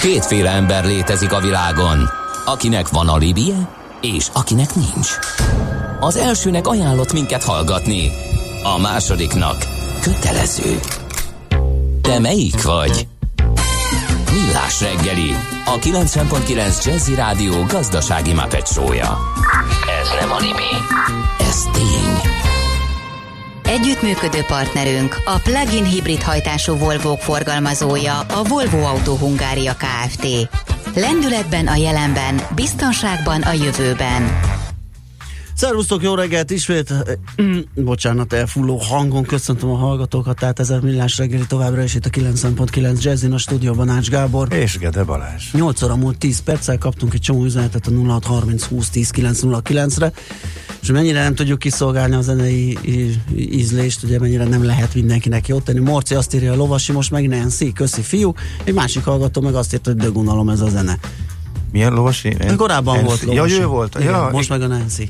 Kétféle ember létezik a világon, akinek van alibije, és akinek nincs. Az elsőnek ajánlott minket hallgatni, a másodiknak kötelező. Te melyik vagy? Millás reggeli, a 90.9 Jazzy Rádió gazdasági Muppet show-ja. Ez nem anime, ez tény. Együttműködő partnerünk a plug-in hibrid hajtású Volvo forgalmazója, a Volvo Autó Hungária Kft. Lendületben a jelenben, biztonságban a jövőben. Szervusztok, jó reggelt ismét, elfulló hangon köszöntöm a hallgatókat, tehát ez a Millás reggeli továbbra is itt a 90.9 Jazzin, a stúdióban Ács Gábor. És Gede Balázs. 8 óra múlt 10 perccel kaptunk egy csomó üzenetet a 0630 20 10 909-re, és mennyire nem tudjuk kiszolgálni a zenei ízlést, ugye mennyire nem lehet mindenkinek jót tenni. Morci azt írja, a lovasi, most meg Nancy, köszi fiú, egy másik hallgató meg azt írta, hogy dögunalom ez a zene. Milyen lovasi? Korábban Nancy. volt lovasi. Ja, ő volt. Igen, ja, most meg a Nancy.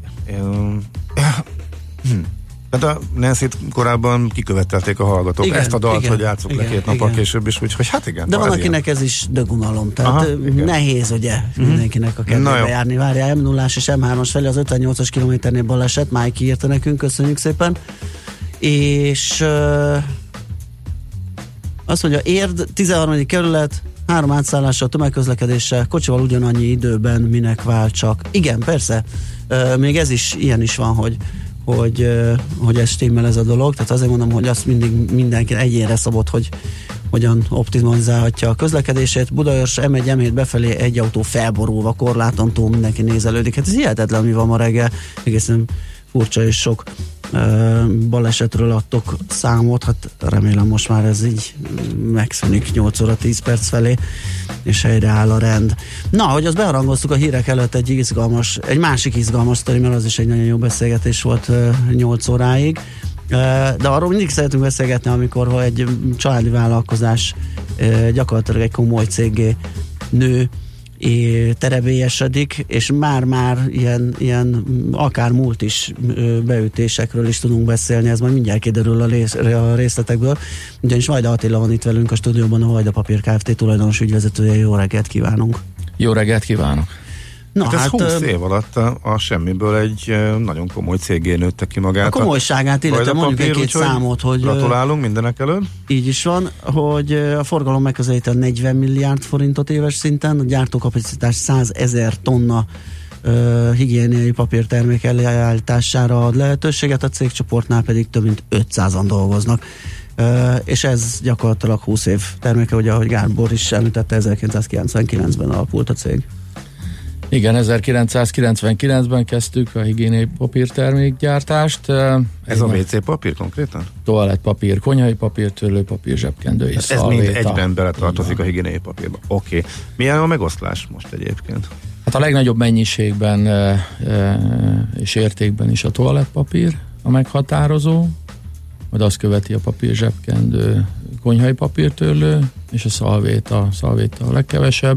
Hát a Nancy-t korábban kikövetelték a hallgatók. Igen, ezt a dalt, hogy játsszuk le 2 nappal később is, úgyhogy hát igen. De van akinek ez is dögunalom, tehát nehéz ugye mindenkinek a kedvébe járni. Várjál, M0-as és M3-as felé az 58-as kilométernél baleset, Májki írta nekünk, köszönjük szépen. És azt mondja, Érd, 13. kerület, 3 átszállással, tömegközlekedéssel, kocsival ugyanannyi időben, minek vált csak. Igen, persze, még ez is, ilyen is van, hogy ez stimmel ez a dolog, tehát azért mondom, hogy azt mindig mindenki egyénre szabott, hogy hogyan optimalizálhatja a közlekedését. Budaörs M1, M7 befelé egy autó felborulva, korláton túl mindenki nézelődik. Hát ez hihetetlen, mi van ma reggel, egészen furcsa és sok balesetről adtok számot, hát remélem most már ez így megszűnik 8 óra 10 perc felé, és helyreáll a rend. Na, hogy azt beharangoztuk a hírek előtt egy másik izgalmas sztori, mert az is egy nagyon jó beszélgetés volt 8 óráig, de arról mindig szeretünk beszélgetni, amikor egy családi vállalkozás gyakorlatilag egy komoly céggé nő, terebélyesedik, és már ilyen akár múlt is beütésekről is tudunk beszélni, ez majd mindjárt kiderül a részletekből, ugyanis Vajda Attila van itt velünk a stúdióban, a Vajda Papír Kft. Tulajdonos ügyvezetője. Jó reggelt kívánunk! Jó reggelt kívánok! Na, hát ez 20 év alatt a semmiből egy nagyon komoly cégé nőtte ki magát. A komolyságát, illetve mondjuk egy-két számot, hogy... Gratulálunk mindenek előtt. Így is van, hogy a forgalom megközelíti 40 milliárd forintot éves szinten, a gyártókapacitás 100 000 tonna higiéniai papírtermék előállítására ad lehetőséget, a cégcsoportnál pedig több mint 500-an dolgoznak. És ez gyakorlatilag 20 év terméke, ugye ahogy Gábor is említette, 1999-ben alapult a cég. Igen, 1999-ben kezdtük a higiéniai papírtermékgyártást. Ez a WC papír konkrétan? Toalettpapír, konyhai papír, törlőpapír, zsebkendő és szalvéta. Ez mind egyben beletartozik a higiéniai papírba. Oké. Milyen a megoszlás most egyébként? Hát a legnagyobb mennyiségben és értékben is a toalettpapír a meghatározó, majd azt követi a papír, zsebkendő, konyhai papírtörlő, és a szalvéta a legkevesebb.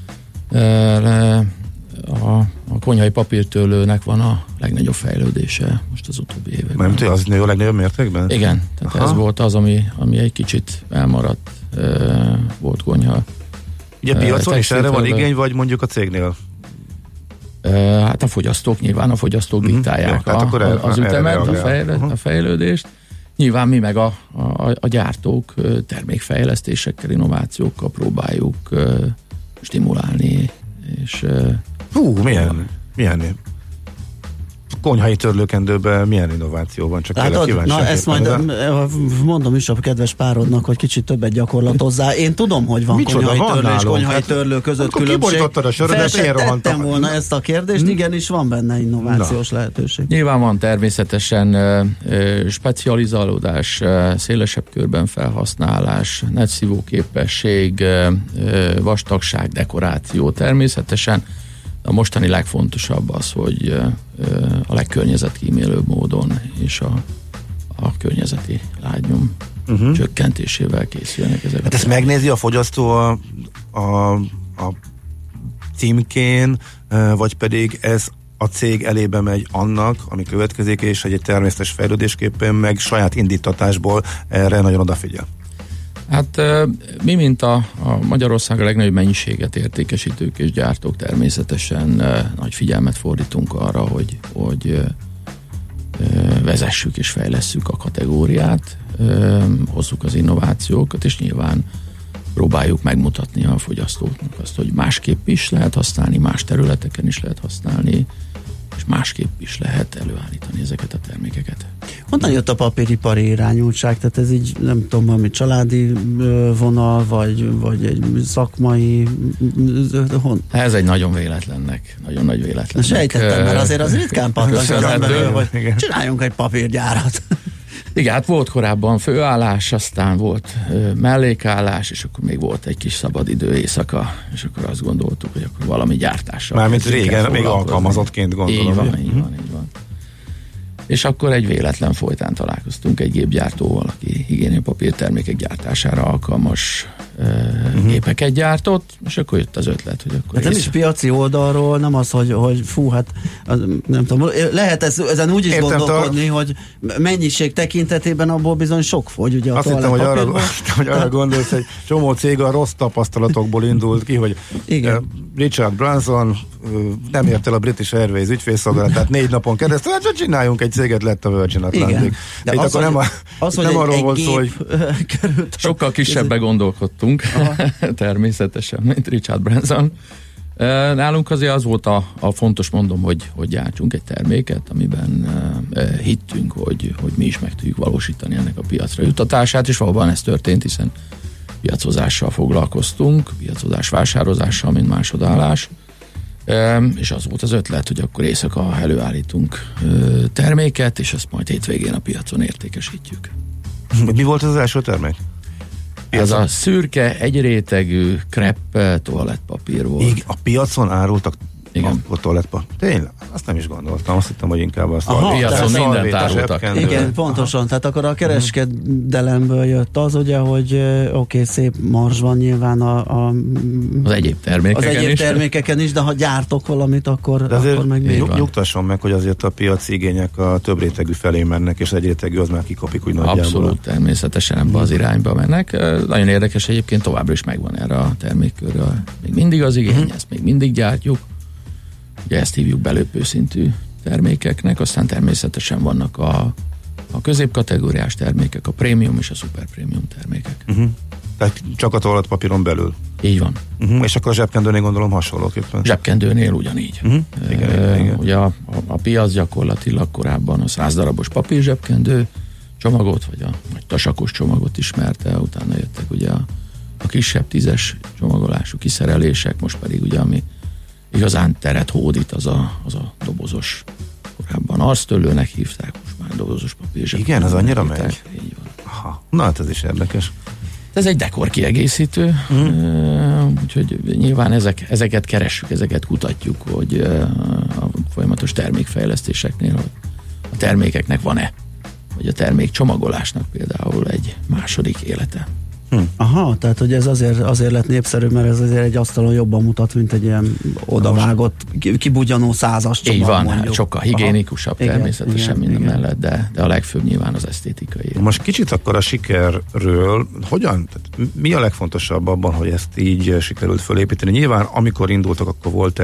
A konyhai papírtörlőnek van a legnagyobb fejlődése most az utóbbi években. Nem, az nő a legnagyobb mértékben? Igen, tehát ez volt az, ami egy kicsit elmaradt volt konyha. Ugye piacon is erre van igény, vagy mondjuk a cégnél? Hát a fogyasztók diktálják az ütemet, a fejlődést. Nyilván mi meg a gyártók termékfejlesztésekkel, innovációkkal próbáljuk stimulálni, és... milyen konyhai törlőkendőben milyen innováció van, csak kíváncsi. Na ezt majd mondom is a kedves párodnak, hogy kicsit többet gyakorlatozzá. Én tudom, hogy van konyhai törlő és konyhai törlő között különbség. Feltettem volna ezt a kérdést, igenis van benne innovációs lehetőség. Nyilván van természetesen specializálódás, szélesebb körben felhasználás, netszívó képesség, vastagság, dekoráció természetesen. A mostani legfontosabb az, hogy a legkörnyezetkímélőbb módon és a környezeti lábnyom csökkentésével készülnek ezek. Hát ezt megnézi a fogyasztó a címkén, vagy pedig ez a cég elébe megy annak, ami következik, és egy természetes fejlődésképpen meg saját indítatásból erre nagyon odafigyel? Hát mi, mint a Magyarország a legnagyobb mennyiséget értékesítők és gyártók természetesen nagy figyelmet fordítunk arra, hogy vezessük és fejlesszük a kategóriát, hozzuk az innovációkat, és nyilván próbáljuk megmutatni a fogyasztóknak azt, hogy másképp is lehet használni, más területeken is lehet használni, és másképp is lehet előállítani ezeket a termékeket. Honnan jött a papíripari irányultság? Tehát ez így, nem tudom, valami családi vonal, vagy egy szakmai... Ez egy nagyon véletlennek, nagyon nagy véletlennek. Sejtettem, mert azért az ritkán pattan belőle, hogy csináljunk egy papírgyárat. Igen, hát volt korábban főállás, aztán volt mellékállás, és akkor még volt egy kis szabadidő éjszaka, és akkor azt gondoltuk, hogy akkor valami gyártással. Mármint régen, még alkalmazottként gondolom. Így van. És akkor egy véletlen folytán találkoztunk egy gépgyártóval, aki higiéniapapír termékek gyártására alkalmas gépeket gyártott, és akkor jött az ötlet, hogy akkor... Hát nem is piaci oldalról, nem az, hogy fú, hát nem tudom, lehet ezen úgy is gondolkodni, hogy mennyiség tekintetében abból bizony sok fogy, ugye azt hittem, hogy arra gondolsz, hogy csomó cég a rossz tapasztalatokból indult ki, hogy Richard Branson nem ért el a British Airways ügyfélszolgálatát 4 napon keresztül, hát csináljunk egy céget, lett a Virgin Atlantic. De az, akkor nem arról volt szó, hogy sokkal kisebbe gondolkodtunk, természetesen, mint Richard Branson. Nálunk azért az volt a fontos, mondom, hogy gyártsunk egy terméket, amiben hittünk, hogy mi is meg tudjuk valósítani ennek a piacra jutatását, és valóban ez történt, hiszen piacozással foglalkoztunk, piacozás vásározással, mint másodállás, és az volt az ötlet, hogy akkor éjszaka előállítunk terméket, és azt majd hétvégén a piacon értékesítjük. Mi volt az első termék? Ez a szürke, egyrétegű krepp toalettpapír volt. A piacon árultak Igen. A toalettpapír. Tényleg? Azt nem is gondoltam. Azt hittem, hogy inkább azt a piacon mindent árultak. Igen, pontosan. Tehát akkor a kereskedelemből jött az, ugye, hogy oké, szép marzs van nyilván az egyéb termékeken is, de ha gyártok valamit, akkor meg nyugtasson meg, hogy azért a piaci igények a több rétegű felé mennek, és egy rétegű az már kikapik úgy nagyjából. Abszolút, természetesen ebbe az irányba mennek. Nagyon érdekes, egyébként továbbra is megvan erre a termékkörről. Még mindig az igény, ezt még mindig gyártjuk. Ugye ezt hívjuk belöpő szintű termékeknek, aztán természetesen vannak a középkategóriás termékek, a prémium és a szuperprémium termékek. Tehát csak a toalettpapíron belül. Így van. És akkor a zsebkendőnél gondolom hasonlóképpen. Zsebkendőnél ugyanígy. Igen. Ugye a piac gyakorlatilag korábban a 100 darabos papír zsebkendő csomagot, vagy a tasakos csomagot ismerte, utána jöttek ugye a kisebb 10-es csomagolású kiszerelések, most pedig ugye ami igazán teret hódít, az a dobozos, korábban arctörlőnek hívták, most már dobozos papír. Igen, az annyira megy? Így van. Aha. Na hát ez is érdekes. Ez egy dekor kiegészítő, úgyhogy nyilván ezeket keressük, ezeket kutatjuk, hogy a folyamatos termékfejlesztéseknél, hogy a termékeknek van-e, vagy a termék csomagolásnak például egy második élete. Aha, tehát hogy ez azért lett népszerű, mert ez azért egy asztalon jobban mutat, mint egy ilyen odavágott, kibugyanó 100-as csomag. Így van, mondjuk. sokkal higiénikusabb természetesen minden mellett, de a legfőbb nyilván az esztétikai. Most kicsit akkor a sikerről, tehát mi a legfontosabb abban, hogy ezt így sikerült fölépíteni? Nyilván amikor indultak, akkor volt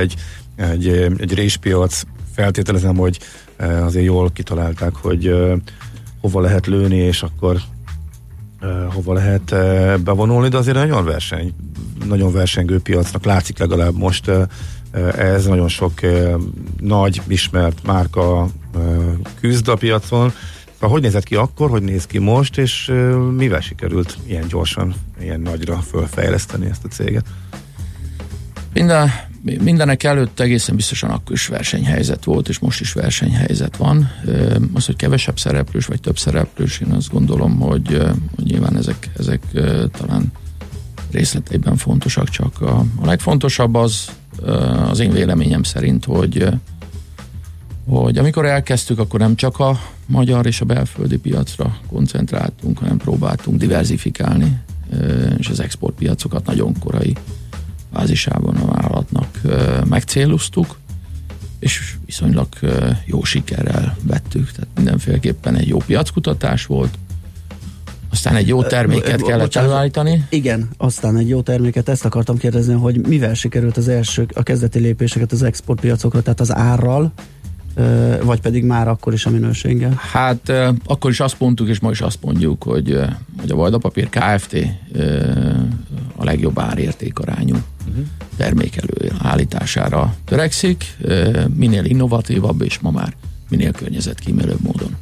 egy réspiac, feltételezem, hogy azért jól kitalálták, hogy hova lehet lőni, és akkor hova lehet bevonulni, de azért nagyon versengő piacnak látszik legalább most ez nagyon sok nagy, ismert márka küzd a piacon. Hogy nézett ki akkor, hogy néz ki most, és mivel sikerült ilyen gyorsan, ilyen nagyra fölfejleszteni ezt a céget? Mindenek előtt egészen biztosan akkor is versenyhelyzet volt, és most is versenyhelyzet van. Az, hogy kevesebb szereplős, vagy több szereplős, én azt gondolom, hogy nyilván ezek talán részleteiben fontosak, csak a legfontosabb az én véleményem szerint, hogy amikor elkezdtük, akkor nem csak a magyar és a belföldi piacra koncentráltunk, hanem próbáltunk diverzifikálni, és az exportpiacokat nagyon korai fázisában a vállalatnak megcéloztuk, és viszonylag jó sikerrel vettük, tehát mindenféleképpen egy jó piackutatás volt. Aztán egy jó terméket kellett előállítani. Igen, aztán egy jó terméket, ezt akartam kérdezni, hogy mivel sikerült a kezdeti lépéseket az exportpiacokra, tehát az árral, vagy pedig már akkor is a minőséggel? Hát akkor is azt mondtuk, és ma is azt mondjuk, hogy a Vajda Papír Kft. A legjobb árértékarányú termékelő állítására törekszik, minél innovatívabb, és ma már minél környezetkímélőbb módon.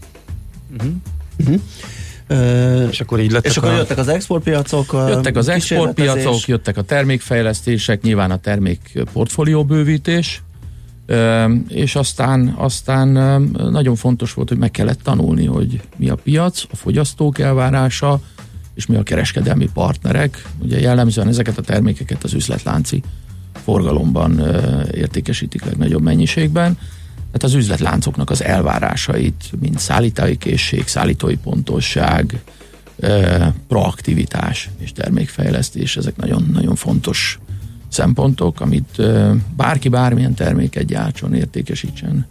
És akkor így lettek. És akkor jöttek az exportpiacok. Jöttek az exportpiacok, jöttek a termékfejlesztések, nyilván a termék portfólió bővítés, és aztán nagyon fontos volt, hogy meg kellett tanulni, hogy mi a piac, a fogyasztók elvárása, és mi a kereskedelmi partnerek. Ugye jellemzően ezeket a termékeket az üzletlánci forgalomban értékesítik legnagyobb mennyiségben. Tehát az üzletláncoknak az elvárásait, mint szállítói készség, szállítói pontosság, proaktivitás és termékfejlesztés, ezek nagyon-nagyon fontos szempontok, amit bárki bármilyen terméket gyártson, értékesítsen.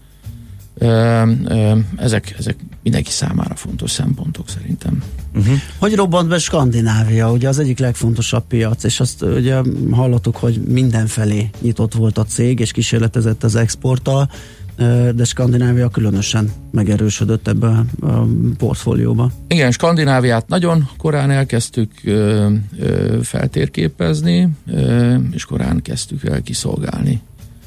Ezek mindenki számára fontos szempontok szerintem. Hogy robbant be Skandinávia? Ugye az egyik legfontosabb piac, és azt ugye hallottuk, hogy mindenfelé nyitott volt a cég, és kísérletezett az exporttal, de Skandinávia különösen megerősödött ebbe a portfólióba. Igen, Skandináviát nagyon korán elkezdtük feltérképezni, és korán kezdtük el kiszolgálni.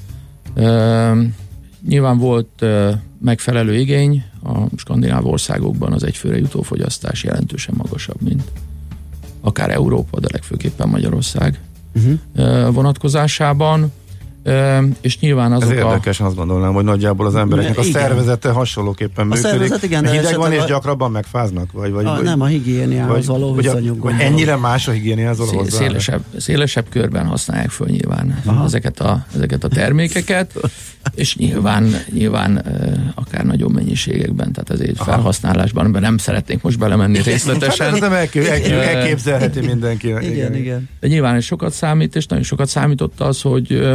Nyilván volt megfelelő igény, a skandináv országokban az egyfőre jutó fogyasztás jelentősen magasabb, mint akár Európa, de legfőképpen Magyarország vonatkozásában. És nyilván azok ez érdekes, azt gondolnám, hogy nagyjából az embereknek a szervezete hasonlóképpen működik. Szervezet, igen, hideg van és gyakrabban megfáznak? Nem, a higiéniához való viszonyuk. Ennyire más a higiéniához való hozzá? Szélesebb körben használják föl nyilván ezeket a termékeket, és nyilván akár nagyobb mennyiségekben, tehát ezért felhasználásban, mert nem szeretnénk most belemenni részletesen. Hát ez nem elképzelheti mindenki. Igen. De nyilván ez sokat számít, és nagyon sokat számított az, hogy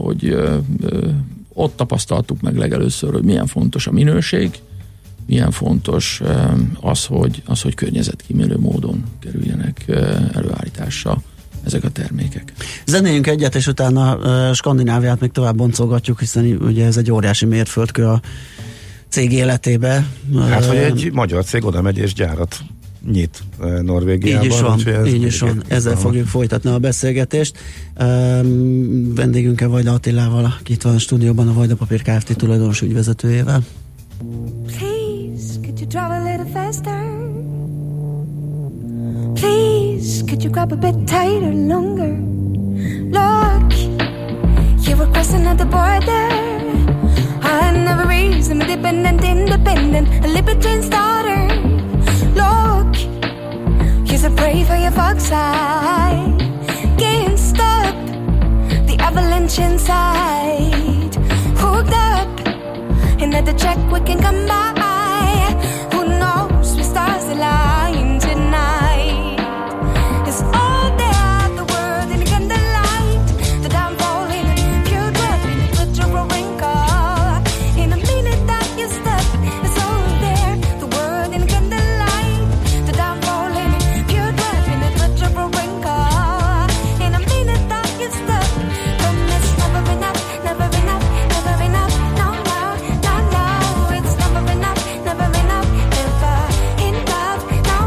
ott tapasztaltuk meg legelőször, hogy milyen fontos a minőség, milyen fontos az, hogy környezetkímélő módon kerüljenek előállításra ezek a termékek. Zenéljünk egyet, és utána Skandináviát még tovább boncolgatjuk, hiszen ugye ez egy óriási mérföldkő a cég életébe. Hát, hogy egy magyar cég oda megy és gyárat nyit Norvégiában. Így is van. Ezzel fogjuk folytatni a beszélgetést. Vendégünkkel Vajda Attilával, aki itt van a stúdióban, a Vajda Papír Kft. Tulajdonos ügyvezetőjével. Please, could you drive a little faster? Please, could you grab a bit tighter, longer? Look, you were crossing at the border. I never raised I'm independent, a libertine's daughter. Look, here's a pray for your fox eye. Can't stop the avalanche inside. Hooked up, and at the check we can come by. Who knows, we stars align tonight. It's all there, the world in the candlelight. The downfall in a pure drop, in a picture of a wrinkle. In a minute that you step, it's all there, the world in the candlelight. The downfall in a pure drop, in a picture of a wrinkle. In a minute that you step, but it's never enough, never enough, never enough. No, no, no, no, it's never enough, never enough, never enough. No,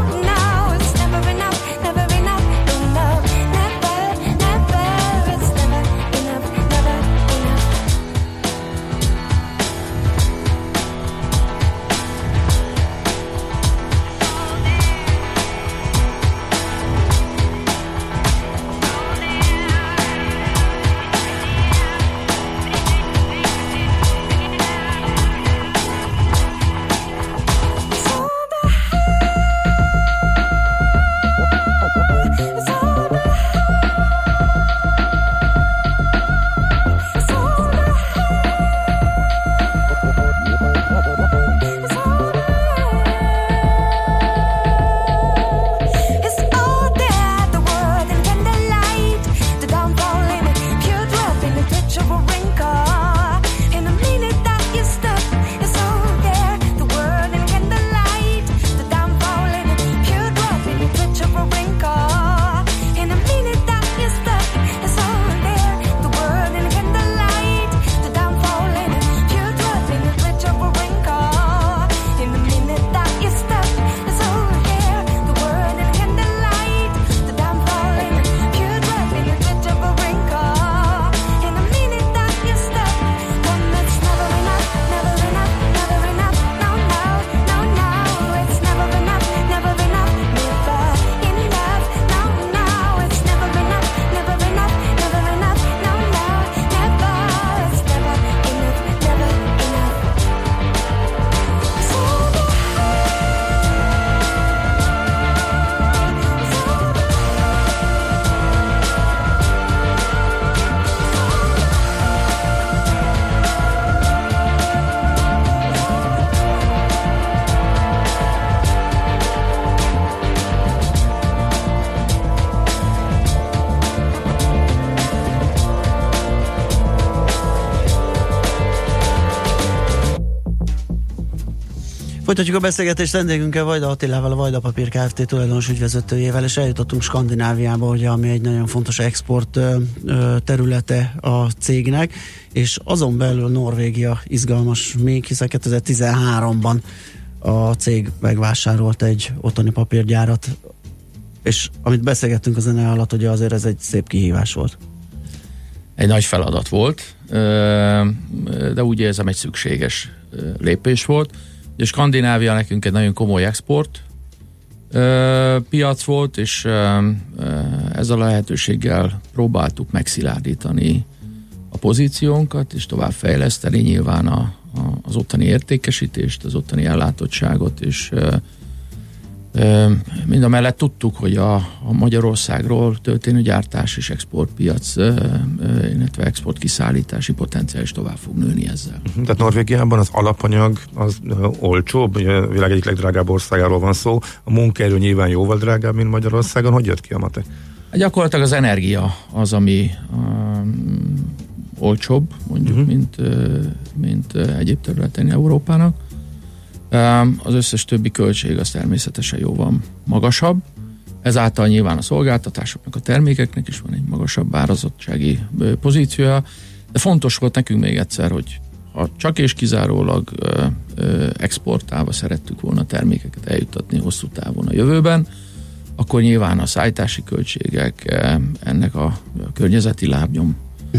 Folytatjuk a beszélgetést vendégünkkel, Vajda Attilával, a Vajda Papír Kft. Tulajdonos ügyvezetőjével, és eljutottunk Skandináviába, ugye, ami egy nagyon fontos export területe a cégnek, és azon belül Norvégia izgalmas még, hiszen 2013-ban a cég megvásárolt egy otthoni papírgyárat, és amit beszélgettünk a zene alatt, ugye azért ez egy szép kihívás volt. Egy nagy feladat volt, de úgy érzem, egy szükséges lépés volt. Ugye Skandinávia nekünk egy nagyon komoly export piac volt, és ezzel a lehetőséggel próbáltuk megszilárdítani a pozíciónkat, és továbbfejleszteni nyilván az ottani értékesítést, az ottani ellátottságot, és mindamellett tudtuk, hogy a Magyarországról történő gyártás és exportpiac, illetve export kiszállítási potenciál is tovább fog nőni ezzel. Tehát Norvégiában az alapanyag az olcsóbb, a világ egyik legdrágább országáról van szó, a munkaerő nyilván jóval drágább, mint Magyarországon. Hogy jött ki a matek? Gyakorlatilag az energia az, ami olcsóbb, mondjuk, mint egyéb területen Európának. Az összes többi költség az természetesen jóval magasabb. Ezáltal nyilván a szolgáltatásoknak, a termékeknek is van egy magasabb árazottsági pozíciója, de fontos volt nekünk még egyszer, hogy ha csak és kizárólag exportálva szerettük volna termékeket eljuttatni hosszú távon a jövőben, akkor nyilván a szállítási költségek, ennek a környezeti lábnyom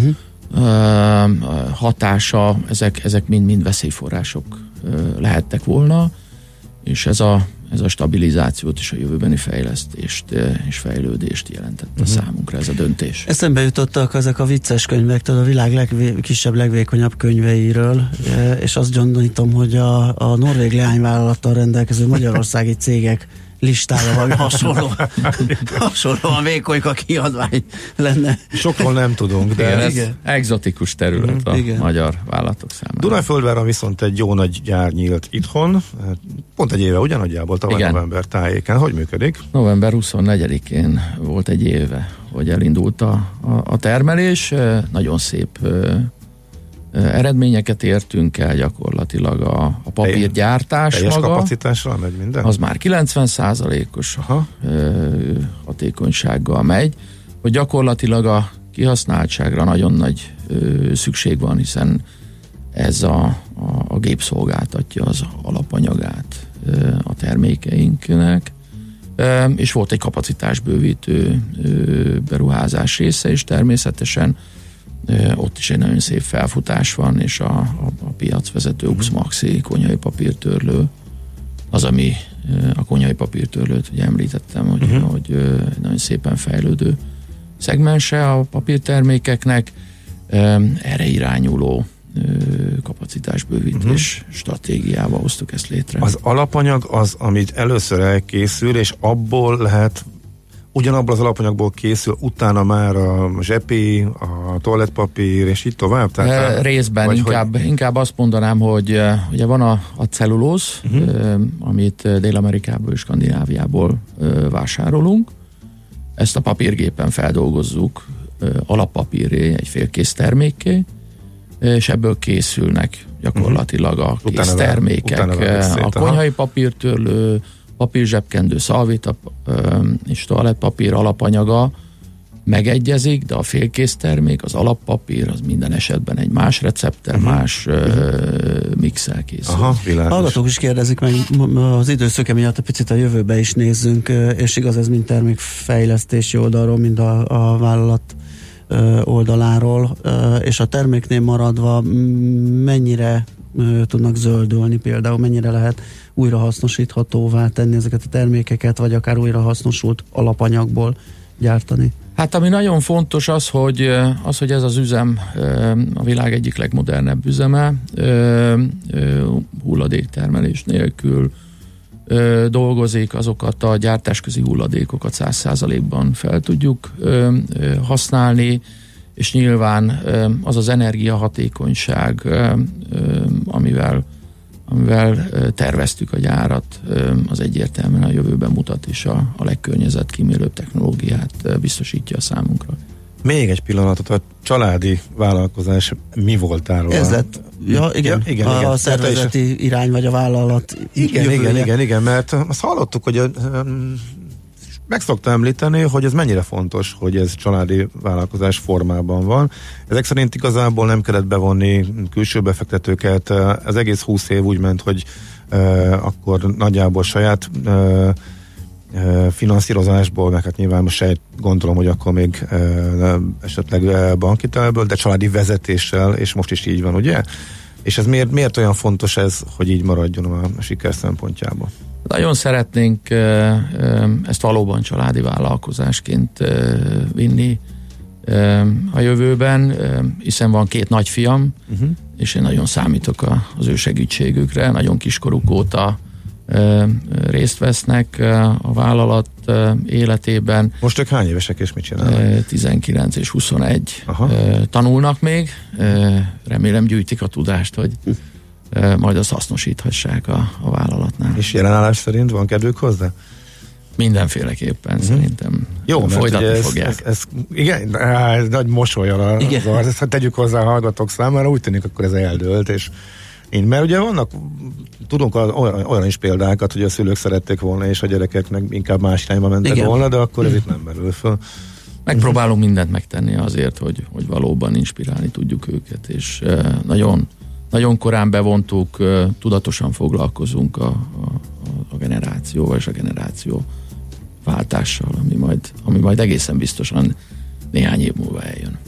hatása, ezek mind veszélyforrások lehettek volna, és ez a stabilizációt és a jövőbeni fejlesztést és fejlődést jelentette számunkra ez a döntés. Eszembe jutottak ezek a vicces könyvek, a világ legkisebb, legvékonyabb könyveiről, és azt gyanítom, hogy a norvég leányvállalattal rendelkező magyarországi cégek listája vagy hasonlóan vékonyka kiadvány lenne. Sokról nem tudunk, de ez egzotikus terület a magyar vállalatok számára. Dunajföldváron viszont egy jó nagy gyár nyílt itthon, pont egy éve ugyanannyiából, tavaly november tájéken. Hogy működik? November 24-én volt egy éve, hogy elindult a termelés. Nagyon szép eredményeket értünk el, gyakorlatilag a papírgyártás teljes maga. kapacitásra megy minden? Az már 90%-os hatékonysággal megy, hogy gyakorlatilag a kihasználtságra nagyon nagy szükség van, hiszen ez a gép szolgáltatja az alapanyagát a termékeinknek, és volt egy kapacitásbővítő beruházás része, és természetesen ott is egy nagyon szép felfutás van, és a piacvezető Ux Maxi konyhai papírtörlő az, ami a konyhai papírtörlőt ugye említettem, hogy nagyon szépen fejlődő szegmense a papírtermékeknek, erre irányuló kapacitásbővítés stratégiával hoztuk ezt létre. Az alapanyag az, amit először elkészül, és abból lehet ugyanabból az alapanyagból készül, utána már a zsepi, a toalettpapír, és így tovább? Tehát részben inkább azt mondanám, hogy ugye van a cellulóz, amit Dél-Amerikából és Skandináviából vásárolunk. Ezt a papírgépen feldolgozzuk alappapírré, egy félkész termékké, és ebből készülnek gyakorlatilag a kész termékek. A konyhai papírtörlő, papírzsebkendő, szalvéta és toalettpapír alapanyaga megegyezik, de a félkész termék, az alappapír, az minden esetben egy más recepttel, más mixel készül. Hallgatók is kérdezik meg, az időszöke miatt egy picit a jövőbe is nézzünk, és igaz, ez mind termékfejlesztési oldalról, mind a vállalat oldaláról, és a terméknél maradva mennyire tudnak zöldülni, például mennyire lehet újrahasznosíthatóvá tenni ezeket a termékeket, vagy akár újrahasznosult alapanyagból gyártani? Hát ami nagyon fontos az, hogy ez az üzem a világ egyik legmodernebb üzeme, hulladéktermelés nélkül dolgozik, azokat a gyártásközi hulladékokat 100%-ban fel tudjuk használni, és nyilván az az energiahatékonyság, amivel terveztük a gyárat, az egyértelműen a jövőben mutat, és a legkörnyezetkímélőbb technológiát biztosítja a számunkra. Még egy pillanatot, a családi vállalkozás mi voltáról? Ez lett, igen, a szervezeti irány, vagy a vállalat Igen, mert azt hallottuk, hogy meg szokta említeni, hogy ez mennyire fontos, hogy ez családi vállalkozás formában van. Ezek szerint igazából nem kellett bevonni külső befektetőket, az egész 20 év úgy ment, hogy akkor nagyjából saját finanszírozásból, meg hát nyilván most gondolom, hogy akkor még esetleg bankitelből, de családi vezetéssel, és most is így van, ugye? És ez miért olyan fontos ez, hogy így maradjon a siker szempontjából? Nagyon szeretnénk ezt valóban családi vállalkozásként vinni a jövőben, hiszen van 2 nagyfiam, és én nagyon számítok az ő segítségükre, nagyon kiskoruk óta részt vesznek a vállalat életében. Most ők hány évesek és mit csinálnak? 19 és 21. Tanulnak még, remélem gyűjtik a tudást, hogy majd azt hasznosíthassák a vállalatnál. És jelenállás szerint van kedvük hozzá? Mindenféleképpen szerintem jó, folytatni fogják. Igen, nagy mosollyal ezt tegyük hozzá a hallgatók számára, úgy tűnik, akkor ez eldőlt, és mert ugye vannak, tudunk olyan is példákat, hogy a szülők szerették volna, és a gyerekek meg inkább más irányba mentek volna, de akkor ez itt nem merül föl. Megpróbálunk mindent megtenni azért, hogy valóban inspirálni tudjuk őket, és nagyon korán bevontuk, tudatosan foglalkozunk a generációval és a generáció váltással, ami majd egészen biztosan néhány év múlva eljön.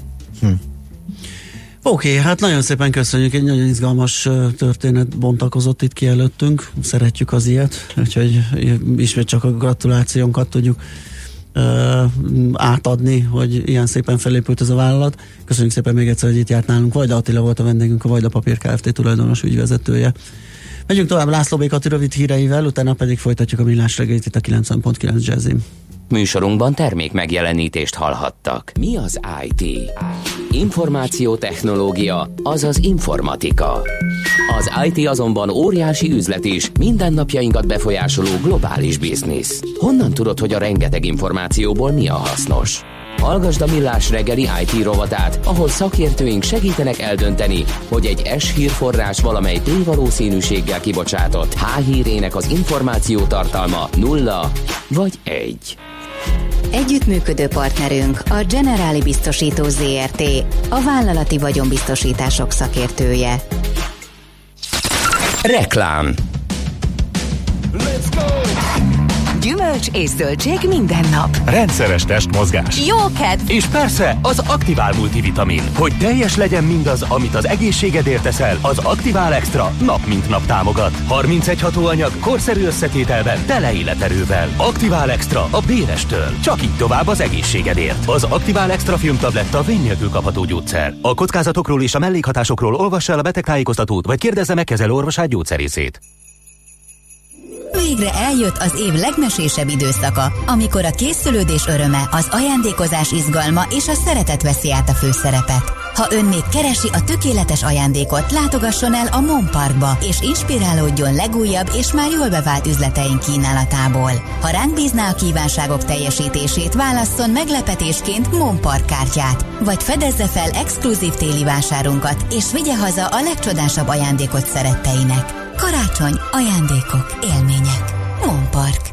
Oké, hát nagyon szépen köszönjük, egy nagyon izgalmas történet bontakozott itt ki előttünk, szeretjük az ilyet, úgyhogy ismét csak a gratulációnkat tudjuk átadni, hogy ilyen szépen felépült ez a vállalat. Köszönjük szépen még egyszer, hogy itt járt nálunk. Vajda Attila volt a vendégünk, a Vajda Papír Kft. Tulajdonos ügyvezetője. Megyünk tovább László B. Kati rövid híreivel, utána pedig folytatjuk a Millás reggelit itt a 90.9 Jazzin. Műsorunkban termék megjelenítést hallhattak. Mi az IT? Információtechnológia, azaz informatika. Az IT azonban óriási üzlet is, mindennapjainkat befolyásoló globális biznisz. Honnan tudod, hogy a rengeteg információból mi a hasznos? Hallgasd a Millás reggeli IT rovatát, ahol szakértőink segítenek eldönteni, hogy egy S hírforrás valamely P-valószínűséggel kibocsátott H hírének az információ tartalma 0 vagy 1. Együttműködő partnerünk a Generáli Biztosító ZRT, a vállalati vagyonbiztosítások szakértője. Reklám. Gyümölcs és zöldség minden nap. Rendszeres testmozgás. Jó kedv! És persze az Aktivál multivitamin. Hogy teljes legyen mindaz, amit az egészségedért teszel, az Aktivál Extra nap mint nap támogat. 31 hatóanyag, korszerű összetételben, tele életerővel. Aktivál Extra a Bérestől. Csak így tovább az egészségedért. Az Aktivál Extra filmtabletta vén nélkül kapható gyógyszer. A kockázatokról és a mellékhatásokról olvassa el a betegtájékoztatót, vagy kérdezze meg kezelőorvosát, gyógyszerészét. Végre eljött az év legmesésebb időszaka, amikor a készülődés öröme, az ajándékozás izgalma és a szeretet veszi át a főszerepet. Ha ön még keresi a tökéletes ajándékot, látogasson el a Mon Parkba, és inspirálódjon legújabb és már jól bevált üzleteink kínálatából. Ha ránk bízná a kívánságok teljesítését, válasszon meglepetésként Mon Park kártyát, vagy fedezze fel exkluzív téli vásárunkat, és vigye haza a legcsodásabb ajándékot szeretteinek. Karácsony, ajándékok, élmények. Mon Park.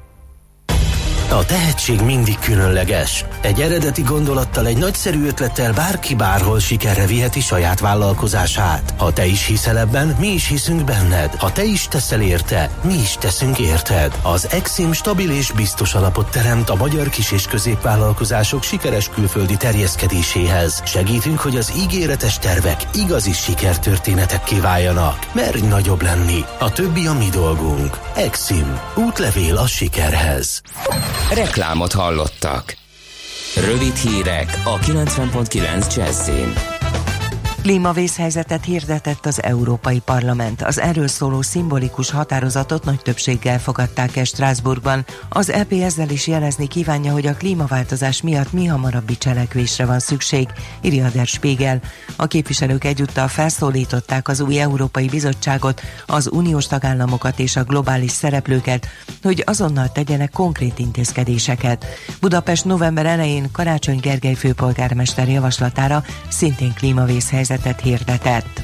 A tehetség mindig különleges. Egy eredeti gondolattal, egy nagyszerű ötlettel bárki bárhol sikerre viheti saját vállalkozását. Ha te is hiszel ebben, mi is hiszünk benned. Ha te is teszel érte, mi is teszünk érted. Az Exim stabil és biztos alapot teremt a magyar kis- és középvállalkozások sikeres külföldi terjeszkedéséhez. Segítünk, hogy az ígéretes tervek igazi sikertörténetekké váljanak. Merj nagyobb lenni. A többi a mi dolgunk. Exim. Útlevél a sikerhez. Reklámot hallottak. Rövid hírek a 90.9 Jazzin. Klímavészhelyzetet hirdetett az Európai Parlament. Az erről szóló szimbolikus határozatot nagy többséggel fogadták el Strasbourgban. Az EP ezzel is jelezni kívánja, hogy a klímaváltozás miatt mihamarabbi cselekvésre van szükség, írja Der Spiegel. A képviselők egyúttal felszólították az új Európai Bizottságot, az uniós tagállamokat és a globális szereplőket, hogy azonnal tegyenek konkrét intézkedéseket. Budapest november elején Karácsony Gergely főpolgármester javaslatára szintén klímavészhelyzetet hirdetett.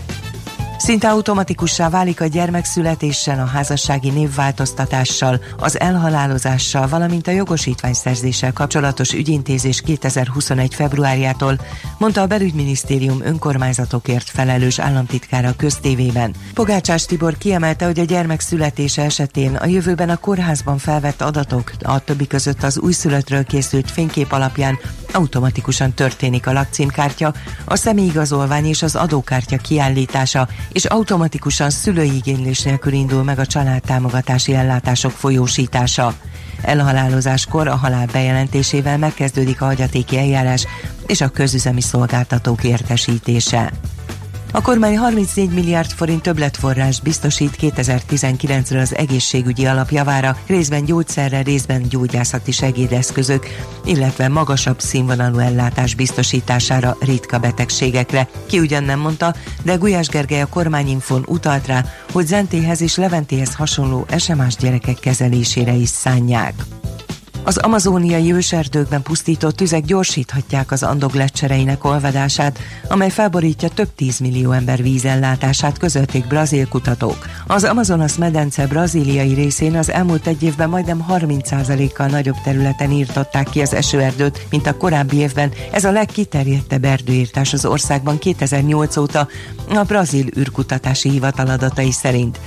Szinte automatikussá válik a gyermekszületéssel, a házassági névváltoztatással, az elhalálozással, valamint a jogosítványszerzéssel kapcsolatos ügyintézés 2021. februárjától, mondta a Belügyminisztérium önkormányzatokért felelős államtitkára a Köztévében. Pogácsás Tibor kiemelte, hogy a gyermek születése esetén a jövőben a kórházban felvett adatok, a többi között az újszülöttről készült fénykép alapján automatikusan történik a lakcímkártya, a személyigazolvány és az adókártya kiállítása, és automatikusan szülői igénylés nélkül indul meg a családtámogatási ellátások folyósítása. Elhalálozáskor a halál bejelentésével megkezdődik a hagyatéki eljárás és a közüzemi szolgáltatók értesítése. A kormány 34 milliárd forint többletforrást biztosít 2019-re az egészségügyi alapjavára, részben gyógyszerre, részben gyógyászati segédeszközök, illetve magasabb színvonalú ellátás biztosítására ritka betegségekre. Ki ugyan nem mondta, de Gulyás Gergely a Kormányinfón utalt rá, hogy Zentéhez és Leventéhez hasonló SMS gyerekek kezelésére is szánják. Az amazóniai őserdőkben pusztított tüzek gyorsíthatják az Andok gleccsereinek olvadását, amely felborítja több 10 millió ember vízellátását, közölték brazil kutatók. Az Amazonas medence brazíliai részén az elmúlt egy évben majdnem 30%-kal nagyobb területen írtották ki az esőerdőt, mint a korábbi évben. Ez a legkiterjedtebb erdőírtás az országban 2008 óta, a brazil űrkutatási hivatal adatai szerint.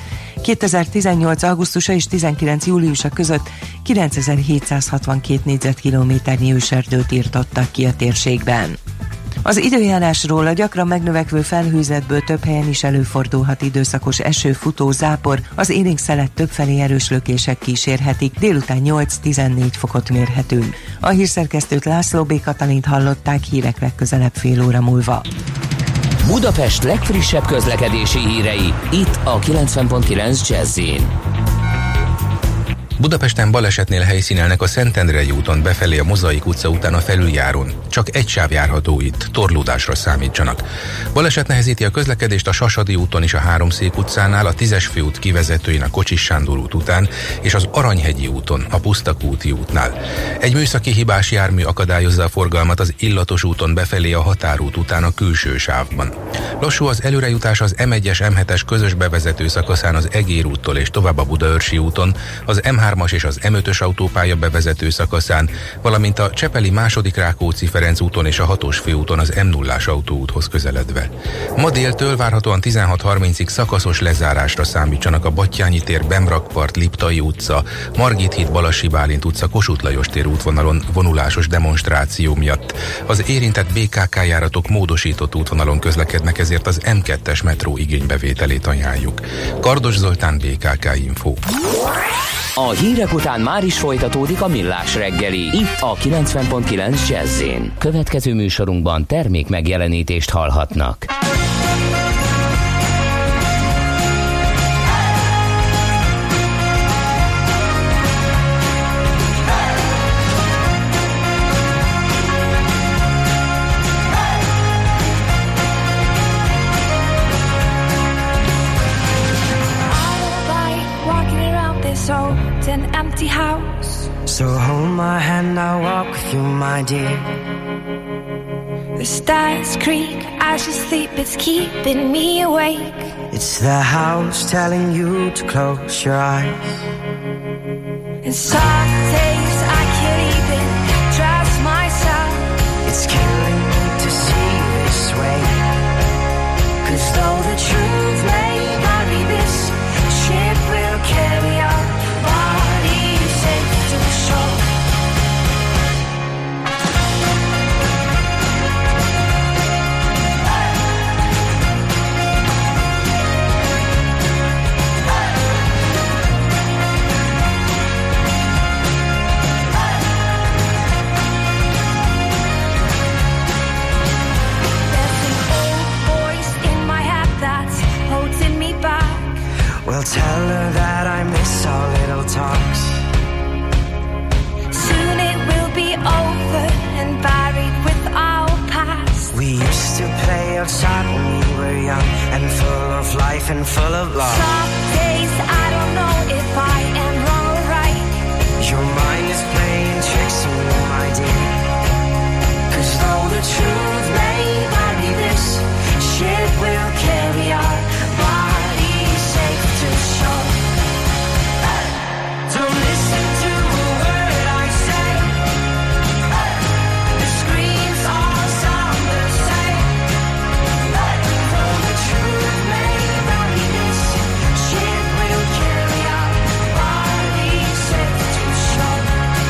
2018. augusztusa és 19. júliusa között 9762 négyzetkilométernyi őserdőt írtottak ki a térségben. Az időjárásról: a gyakran megnövekvő felhőzetből több helyen is előfordulhat időszakos eső, futó, zápor, az élénk szelet többfelé erős lökések kísérhetik, délután 8-14 fokot mérhetünk. A hírszerkesztőt, László B. Katalint hallották, hírek legközelebb fél óra múlva. Budapest legfrissebb közlekedési hírei, itt a 90.9 Jazz-in. Budapesten balesetnél helyszínelnek a Szentendrei úton befelé a Mozaik utca után a felüljárón. Csak egy sáv járható itt, torlódásra számítsanak. Baleset nehezíti a közlekedést a Sasadi úton és a Háromszék utcánál, a 10-es főút kivezetőin a Kocsis Sándor út után, és az Aranyhegyi úton, a Pusztakúti útnál. Egy műszaki hibás jármű akadályozza a forgalmat az Illatos úton befelé a Határút után a külső sávban. Lassú az előrejutás az M1-es M7-es közös bevezető szakaszán az Egér úttól és tovább a Budaörsi úton, az M3-as és az M5-ös autópálya bevezető szakaszán, valamint a Csepeli II. Rákóczi-Ferenc úton és a 6-os főúton az M0-ás autóúthoz közeledve. Ma déltől várhatóan 16:30-ig szakaszos lezárásra számítsanak a Battyányi tér, Bemrakpart, Liptai utca, Margit híd, Balassi Bálint utca, Kossuth Lajos tér útvonalon vonulásos demonstráció miatt. Az érintett BKK járatok módosított útvonalon közlekednek, ezért az M2-es metró igénybevételét ajánljuk. Kardos Zoltán, BKK Info. A hírek után már is folytatódik a Millás reggeli, itt a 90.9 Jazz-én. Következő műsorunkban termék megjelenítést hallhatnak. An empty house. So hold my hand, I'll walk with you, my dear. The stars creak as you sleep, it's keeping me awake. It's the house telling you to close your eyes. And some days I can't even trust myself. It's killing me to see you this way. 'Cause though the truth may not be this, ship will carry on. outside when we were young and full of life and full of love. Some days I don't know if I am wrong or right. Your mind is playing tricks on you, my dear. 'Cause though the truth may vary, this ship will carry our bodies safe to shore. Don't listen to a word I say. The screams all sound the same. Though the truth may vary, this ship will carry our bodies safe to shore.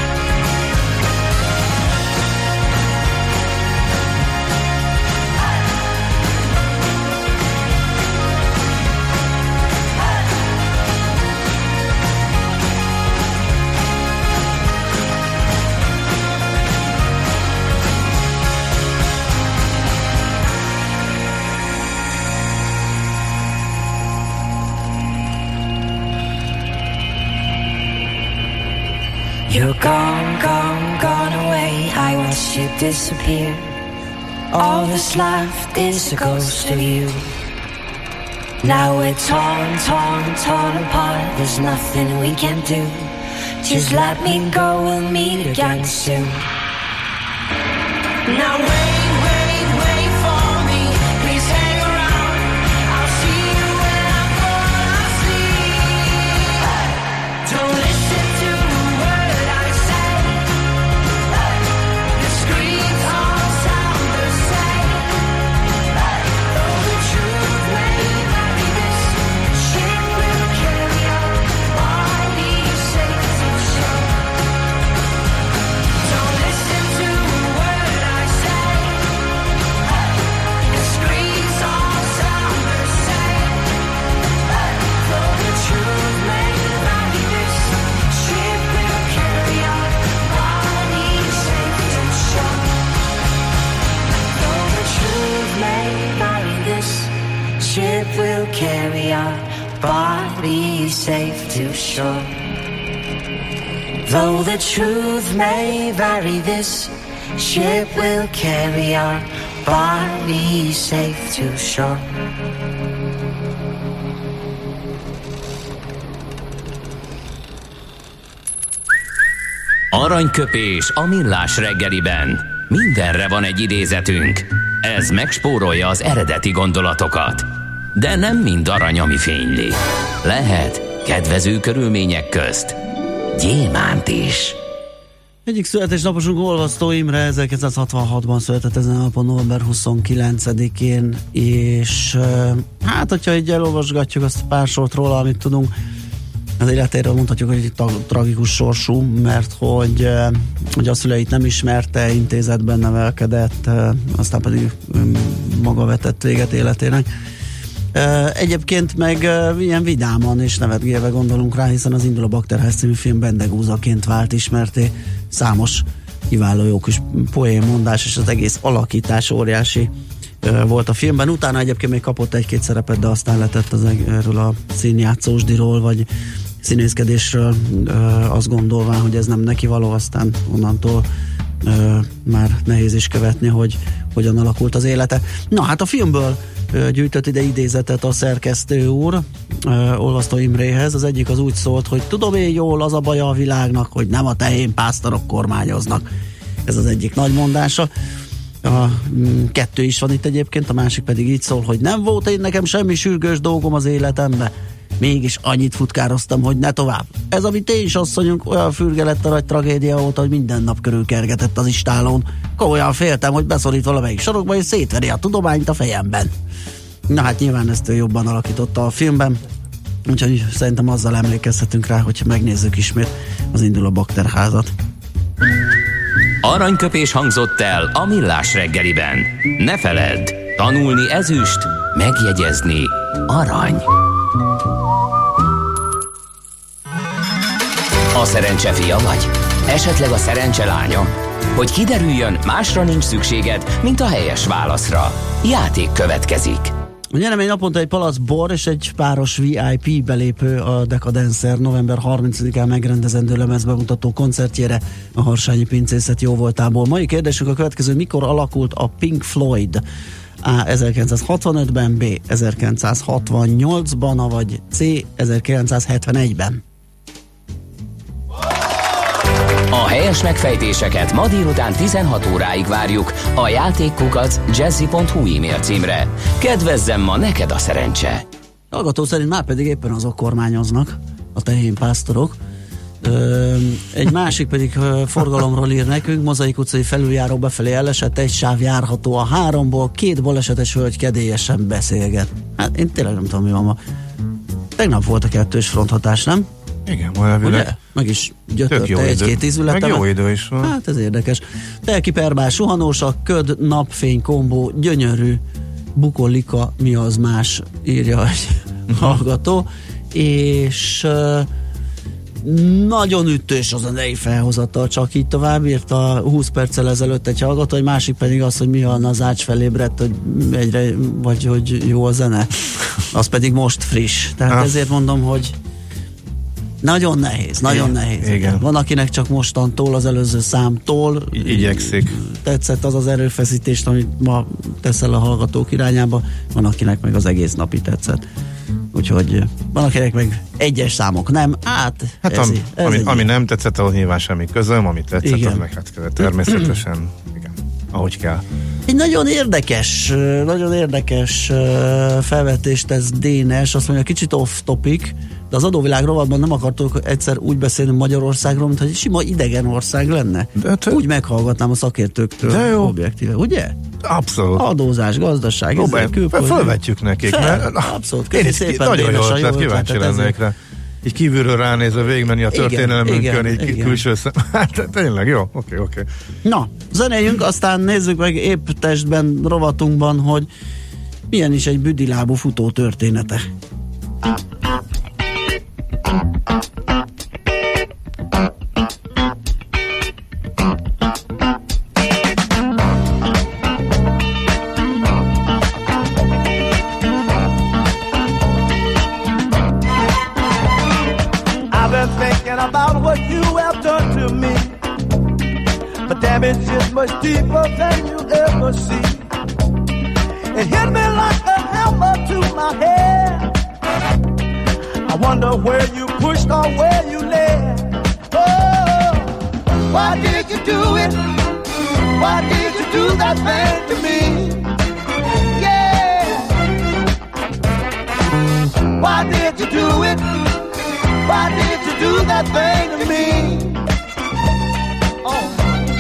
You're gone, gone, gone away. I watched you disappear. All that's left is a ghost of you. Now we're torn, torn, torn apart. There's nothing we can do. Just let me go, we'll meet again soon. Now wait, wait, wait for me. Please hang around. I'll see you when I'm falling asleep. Don't listen to a word I say. The screams all sound the same. Though the truth may vary, this ship will carry our bodies safe to shore. Don't listen to a word I say. The screams all sound the same. Though the truth may vary, this ship will carry our bodies safe to shore. Though the truth may vary, this ship will carry our bodies safe to shore. Though the truth may vary, this ship will carry our bodies safe to shore. Aranyköpés a millás reggeliben. Mindenre van egy idézetünk. Ez megspórolja az eredeti gondolatokat. De nem mind arany, ami fényli. Lehet kedvező körülmények közt gyémánt is. Egyik születésnaposunk Olvasztó Imre 1966-ban született ezen a napon, november 29-én, és hát, hogyha így elolvasgatjuk azt a pár sort róla, amit tudunk, az életéről mondhatjuk, hogy tragikus sorsú, mert hogy a szüleit nem ismerte, intézetben nevelkedett, aztán pedig maga vetett véget életének. Egyébként meg ilyen vidáman és nevetgélve gondolunk rá, hiszen az Indul a Bakterház című film bendegúzaként vált ismerté. Számos kiváló jó kis poénmondás, és az egész alakítás óriási volt a filmben. Utána egyébként még kapott egy-két szerepet, de aztán letett erről a színjátszósdiról, vagy színészkedésről azt gondolván, hogy ez nem neki való, aztán onnantól már nehéz is követni, hogy hogyan alakult az élete. Na hát a filmből gyűjtött ide idézetet a szerkesztő úr Olvasztó Imréhez. Az egyik az úgy szólt, hogy tudom én jól, az a baja a világnak, hogy nem a tehén pásztorok kormányoznak. Ez az egyik nagy mondása. Kettő is van itt egyébként, a másik pedig így szól, hogy nem volt én nekem semmi sürgős dolgom az életembe, mégis annyit futkároztam, hogy ne tovább. Ez, amit én is asszonyunk, olyan fürge lett a nagy tragédia óta, hogy minden nap körülkergetett az istálón. Komolyan féltem, hogy beszorít valamelyik sarokba, és szétveri a tudományt a fejemben. Na hát nyilván ezt ő jobban alakította a filmben, úgyhogy szerintem azzal emlékezhetünk rá, hogyha megnézzük ismét az Indul a Bakterházat. Aranyköpés hangzott el a millás reggeliben. Ne feledd, tanulni ezüst, megjegyezni arany. A szerencse fia vagy? Esetleg a szerencse lánya? Hogy kiderüljön, másra nincs szükséged, mint a helyes válaszra. Játék következik. A nyeremény naponta egy palac bor és egy páros VIP belépő a Decadencer november 30-án megrendezendő lemezbemutató koncertjére a Harsányi Pincészet jóvoltából. Mai kérdésünk a következő: mikor alakult a Pink Floyd? A. 1965-ben, B. 1968-ban, vagy C. 1971-ben. A helyes megfejtéseket ma délután 16 óráig várjuk a játékkukac jazzy.hu e-mail címre. Kedvezzem ma neked a szerencse! Hallgató szerint már pedig éppen azok kormányoznak, a tehénpásztorok. Egy másik pedig forgalomról ír nekünk, Mozaik utcai felüljáró befelé elesett, egy sáv járható a 3-ból, 2 balesetes hölgy kedélyesen beszélget. Hát én tényleg nem tudom, mi van ma. Tegnap volt a 2-s fronthatás, nem? Igen, majd ugye? Meg is gyötörte egy-két ízületemet. Meg jó idő is van. Hát ez érdekes. Telkiperbál suhanósak, köd, napfény kombó, gyönyörű, bukolika, mi az más, írja egy hallgató, és nagyon ütős az a zenei felhozatal, csak így tovább írta 20 perccel ezelőtt egy hallgató, egy másik pedig az, hogy Mihalna az ács felébredt, hogy egyre, vagy hogy jó a zene. Az pedig most friss. Tehát ezért mondom, hogy nagyon nehéz, nagyon nehéz. Igen. Van, akinek csak mostantól, az előző számtól igyekszik. Tetszett az az erőfeszítést, amit ma teszel a hallgatók irányába, van, akinek meg az egész napi tetszett. Úgyhogy van, akinek meg egyes számok nem. Hát ami nem tetszett, ahhoz nyilván semmi közöm, ami tetszett, igen. Az meg hát természetesen, igen, ahogy kell. Egy nagyon érdekes felvetést ez Dénes, azt mondja, kicsit off topic, de az adóvilág rovatban nem akartok egyszer úgy beszélni Magyarországról, mint hogy sima idegen ország lenne. Úgy meghallgatnám a szakértőktől objektíve, ugye? Abszolút. Adózás, gazdaság, felvetjük nekik. Abszolút. Köszi szépen, nagyon Dénes, jó, a tehát kíváncsi lennék rá. Így kívülről ránézve végigmenni a történelemünkön, így külső szem. Hát tényleg, jó, oké. Na, zenéljünk, aztán nézzük meg épp testben, rovatunkban, hogy milyen is egy büdilábú futó története. About what you have done to me, but damage is much deeper than you ever see. It hit me like a hammer to my head. I wonder where you pushed or where you led. Oh, why did you do it? Why did you do that thing to me? Yeah. Why did you do it? Why did you do that thing to me? Oh,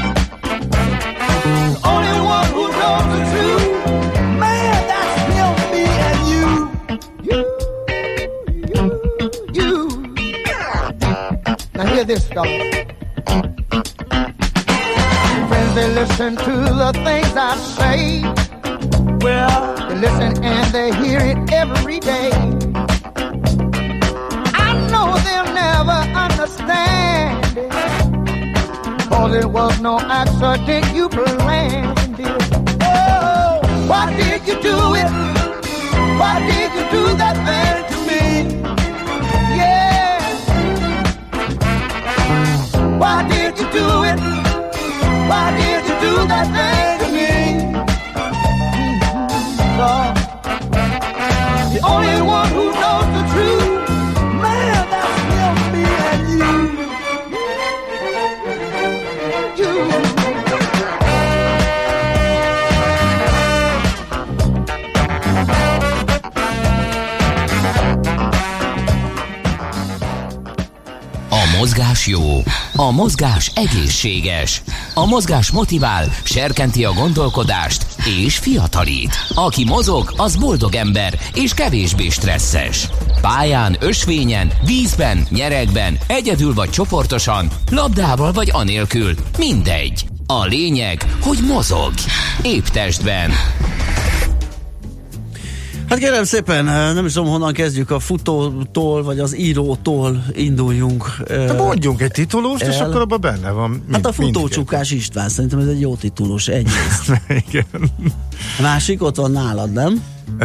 the only one who knows the truth, man, that's still me and you. Now hear this, fellas. Friends, they listen to the things I say. Well, they listen and they hear it every day. They'll never understand it, 'cause it was no accident, you planned it. Oh, why did you do it? Why did you do that thing to me? Yeah. Why did you do it? Why did you do that thing to me? Lord, the only one who knows the truth, man, that's still me and you. A mozgás jó, a mozgás egészséges, a mozgás motivál, serkenti a gondolkodást és fiatalít. Aki mozog, az boldog ember és kevésbé stresszes. Pályán, ösvényen, vízben, nyeregben, egyedül vagy csoportosan, labdával vagy anélkül, mindegy. A lényeg, hogy mozog. Épp testben. Hát kérem szépen, nem is tudom, honnan kezdjük, a futótól, vagy az írótól induljunk. Mondjunk egy titulust, és akkor abban benne van. Hát a Futócsukás István, szerintem ez egy jó titulus, egyrészt. Igen. A másik ott van nálad, nem?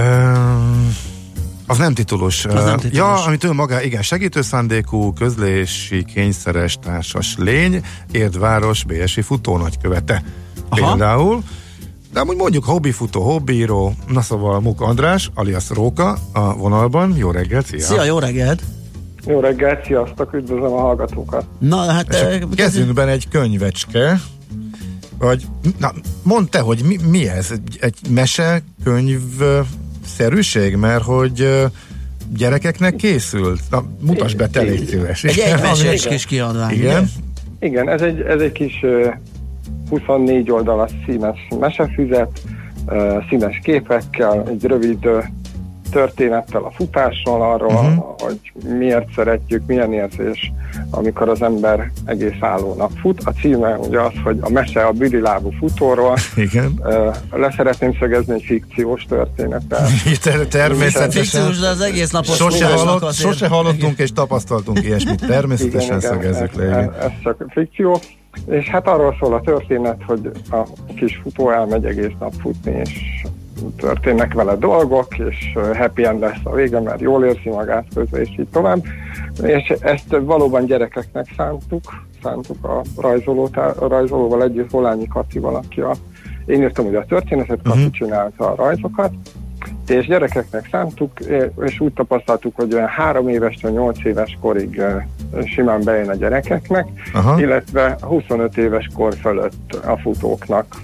Az nem titulus. Az nem titulus. Ja, amit ő maga, igen, segítő szándékú, közlési, kényszeres társas lény, Érdváros BSI futónagykövete. Például. De amúgy mondjuk hobbifutó, hobbíró, na szóval Muka András, alias Róka a vonalban. Jó reggelt, szia! Szia, jó reggelt! Jó reggelt, sziasztok, üdvözlöm a hallgatókat! Na, hát... Kezünkben egy könyvecske, vagy, na, mondd te, hogy mi ez? Egy mese, könyv-szerűség? Mert hogy gyerekeknek készült? Na, mutasd be, te légy szíves. Egy meses kis kiadvány. Igen? Igen, ez egy kis 24 oldalas színes mesefüzet, színes képekkel, egy rövid történettel a futásról, arról, hogy miért szeretjük, milyen érzés, amikor az ember egész álló nap fut. A címe ugye az, hogy a mese a büdilábú futóról. Igen. Leszeretném szögezni egy fikciós történetet. Természetesen. Fikciós, de az egész napos sose hallottunk és tapasztaltunk ilyesmit. Természetesen szögezzük le. Ez csak fikció. És hát arról szól a történet, hogy a kis futó elmegy egész nap futni, és történnek vele dolgok, és happy end lesz a vége, mert jól érzi magát közben, és így tovább. És ezt valóban gyerekeknek szántuk a rajzolóval együtt, Volányi Katival, én írtam ugye a történetet, Kati csinálta a rajzokat, és gyerekeknek szántuk, és úgy tapasztaltuk, hogy olyan 3 évestől 8 éves korig simán bejön a gyerekeknek, illetve 25 éves kor fölött a futóknak.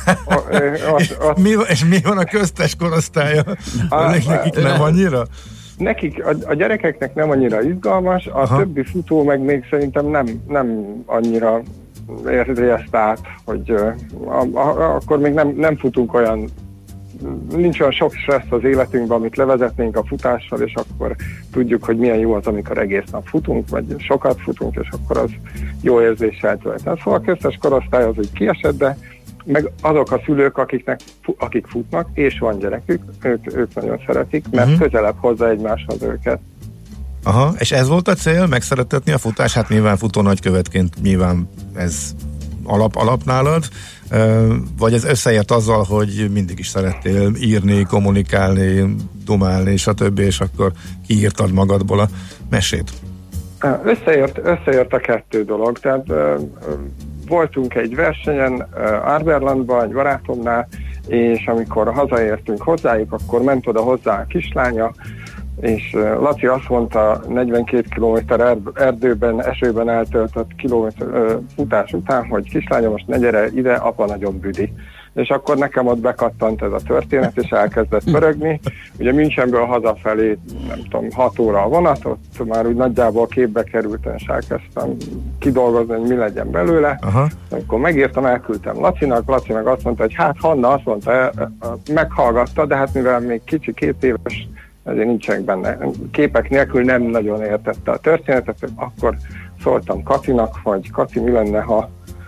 És mi van a köztes korosztálya? Nekik nem annyira? Nekik, a gyerekeknek nem annyira izgalmas, a többi futó meg még szerintem nem annyira érzi ezt át, hogy akkor még nem futunk olyan, nincs olyan sok stressz az életünkben, amit levezetnénk a futással, és akkor tudjuk, hogy milyen jó az, amikor egész nap futunk, vagy sokat futunk, és akkor az jó érzéssel tölt. Szóval a köztes korosztály az úgy kiesett, de meg azok a szülők, akik futnak, és van gyerekük, ők nagyon szeretik, mert közelebb hozza egymáshoz őket. Aha, és ez volt a cél, megszeretetni a futás? Hát nyilván futó nagykövetként nyilván ez alap nálad, vagy ez összeért azzal, hogy mindig is szerettél írni, kommunikálni, dumálni, stb., és akkor kiírtad magadból a mesét? Összeért a kettő dolog, tehát voltunk egy versenyen Árberlandban, egy barátomnál, és amikor hazaértünk hozzájuk, akkor ment oda hozzá a kislánya, és Laci azt mondta 42 kilométer erdőben, esőben eltöltött kilométer futás után, hogy kislányom, most ne gyere ide, apa nagyon büdi. És akkor nekem ott bekattant ez a történet, és elkezdett pörögni. Ugye Münchenből hazafelé, nem tudom, 6 óra a vonatot, már úgy nagyjából képbe kerültem, és elkezdtem kidolgozni, hogy mi legyen belőle. Akkor megírtam, elküldtem Lacinak, Laci meg azt mondta, hogy hát Hanna azt mondta, meghallgatta, de hát mivel még kicsi, 2 éves, ezért nincsenek benne. Képek nélkül nem nagyon értette a történetet, akkor szóltam Katinak, hogy Kati, mi lenne, ha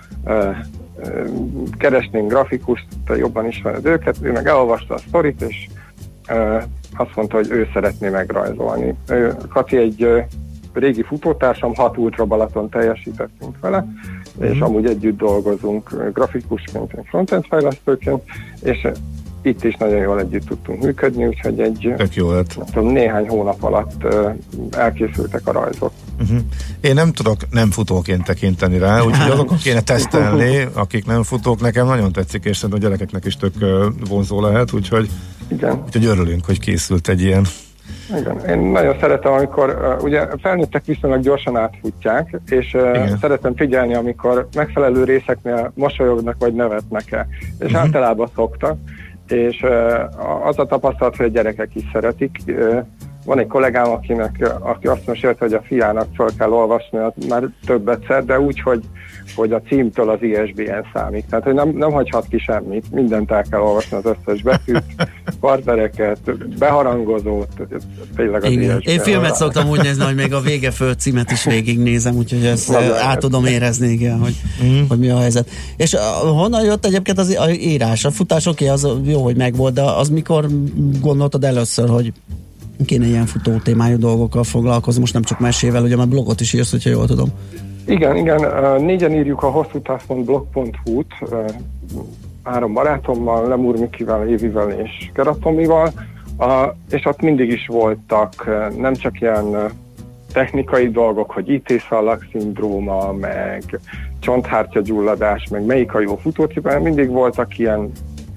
keresnénk grafikust, te jobban ismered őket, ő meg elolvasta a sztorit, és azt mondta, hogy ő szeretné megrajzolni. Kati egy régi futótársam, 6 Ultra Balaton teljesítettünk vele, és amúgy együtt dolgozunk grafikusként, frontend fejlesztőként, és itt is nagyon jól együtt tudtunk működni, úgyhogy egy néhány hónap alatt elkészültek a rajzok. Én nem tudok nem futóként tekinteni rá, úgyhogy azokat kéne tesztelni, akik nem futók. Nekem nagyon tetszik, és szerintem a gyerekeknek is tök vonzó lehet, úgyhogy örülünk, hogy készült egy ilyen. Igen, én nagyon szeretem, amikor ugye felnőttek viszonylag gyorsan átfutják, és szeretem figyelni, amikor megfelelő részeknél mosolyognak vagy nevetnek-e, és általában szoktak, és az a tapasztalat, hogy a gyerekek is szeretik. Van egy kollégám, aki azt mesélte, hogy a fiának fel kell olvasni már több egyszer, de úgy, hogy a címtől az ISBN számít. Tehát, hogy nem hagyhat ki semmit, mindent el kell olvasni, az összes betűt, partnereket, beharangozót, tényleg az ISBN. Én filmet szoktam úgy nézni, hogy még a vége föld címet is végignézem, úgyhogy ezt át tudom érezni, igen, hogy mi a helyzet. És honnan jött egyébként az írás? A futás az jó, hogy megvolt, de az mikor gondoltad először, hogy kéne ilyen futó témájú dolgokkal foglalkozni, most nem csak mesével, ugye már blogot is írsz, hogyha jól tudom. Igen, 4-en írjuk a hosszútávpont.blog.hu-t, 3 barátommal, Lemur Mikivel, Évivel és Geratomival, és ott mindig is voltak nem csak ilyen technikai dolgok, hogy IT-szallag szindróma, meg csonthártyagyulladás, meg melyik a jó futócipő, mindig voltak ilyen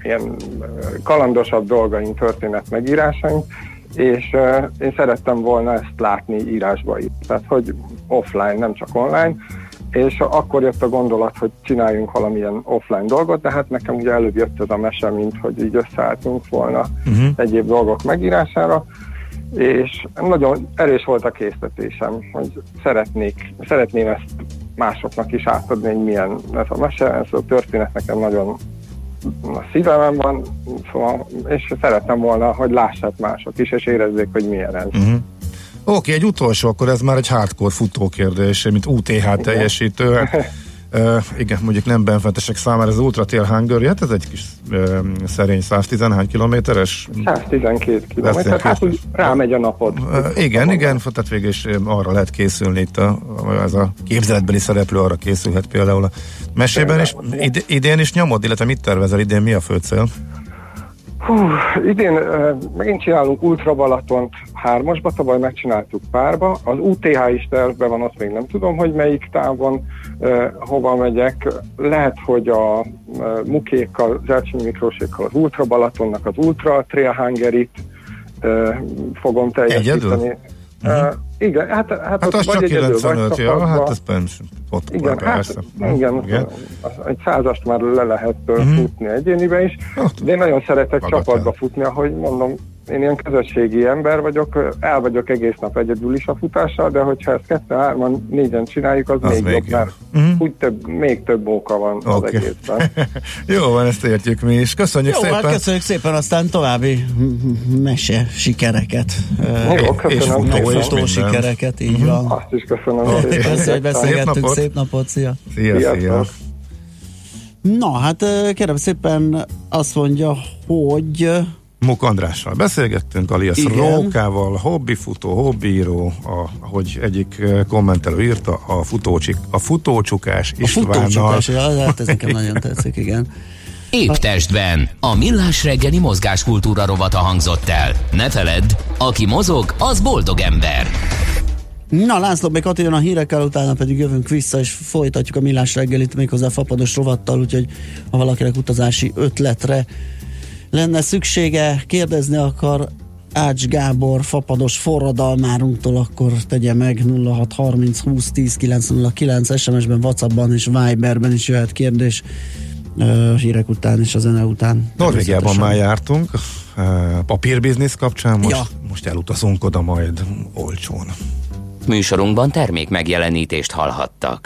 ilyen kalandosabb dolgaink, történet megírásaink, és én szerettem volna ezt látni írásba is. Tehát, hogy offline, nem csak online, és akkor jött a gondolat, hogy csináljunk valamilyen offline dolgot, de hát nekem ugye előbb jött ez a mese, mint hogy így összeálltunk volna egyéb dolgok megírására, és nagyon erős volt a késztetésem, hogy szeretném ezt másoknak is átadni, hogy milyen ez a mese, ez a történet nekem nagyon a szívemen van, szóval, és szerettem volna, hogy lássák mások is, és érezzék, hogy milyen ez. Oké, egy utolsó, akkor ez már egy hardcore futókérdés, mint UTH teljesítő. Igen, mondjuk nem benfentesek számára az Ultra Trail Hungary, hát ez egy kis szerény 110 hány kilométeres? 112 kilométer, hát úgy rámegy a napod. Igen, tehát végül is arra lehet készülni itt, ez a képzeletbeli szereplő arra készülhet például a mesében, és idén is nyomod, illetve mit tervezel idén, mi a fő cél? Idén megint csinálunk Ultra Balatont 3-asba, tavaly megcsináltuk párba, az UTH is tervben van, azt még nem tudom, hogy melyik távon hova megyek. Lehet, hogy a Mukékkal, Zercsényi Miklósékkal az Ultra Balatonnak az Ultra Trail Hungary-t fogom teljesíteni. Igen, hát az csak 95, ja, hát ez ott igen, persze. Igen, egy 100-ast már le lehet futni egyénibe is, de én nagyon szeretek csapatba futni, ahogy mondom, én ilyen közösségi ember vagyok, el vagyok egész nap egyedül is a futással, de hogyha ezt 2-3-an 4-en csináljuk, az még jobb, mert úgy még több móka van az egészben. Jó van, ezt értjük mi is. Köszönjük szépen! Hát köszönjük szépen, aztán további mese sikereket. Jó, köszönöm. És futó sikereket, így van. Azt is köszönöm. Köszönjük, hogy beszélgettünk, szép napot, szia! Szia! Na, hát kérem szépen azt mondja, hogy Muk Andrással beszélgettünk, alias Rókával, hobbifutó, hobbiíró, ahogy egyik kommentelő írta, a futócsukás Istvánnal. A futócsukás, hát ez nekem nagyon tetszik, igen. Épp testben a Millás reggeli mozgáskultúra rovata hangzott el. Ne feledd, aki mozog, az boldog ember. Na, László B. Katalin a hírekkel, utána pedig jövünk vissza, és folytatjuk a Millás reggelit méghozzá fapados rovattal, úgyhogy ha valakinek utazási ötletre lenne szüksége, kérdezni akar Ács Gábor fapados forradalmárunktól, akkor tegye meg 0630 20 10 909 SMS-ben, WhatsAppban és Viberben is jöhet kérdés hírek után és a zene után. Norvégiában már jártunk papírbiznisz kapcsán, most elutazunk oda majd olcsón. Műsorunkban termék megjelenítést hallhattak.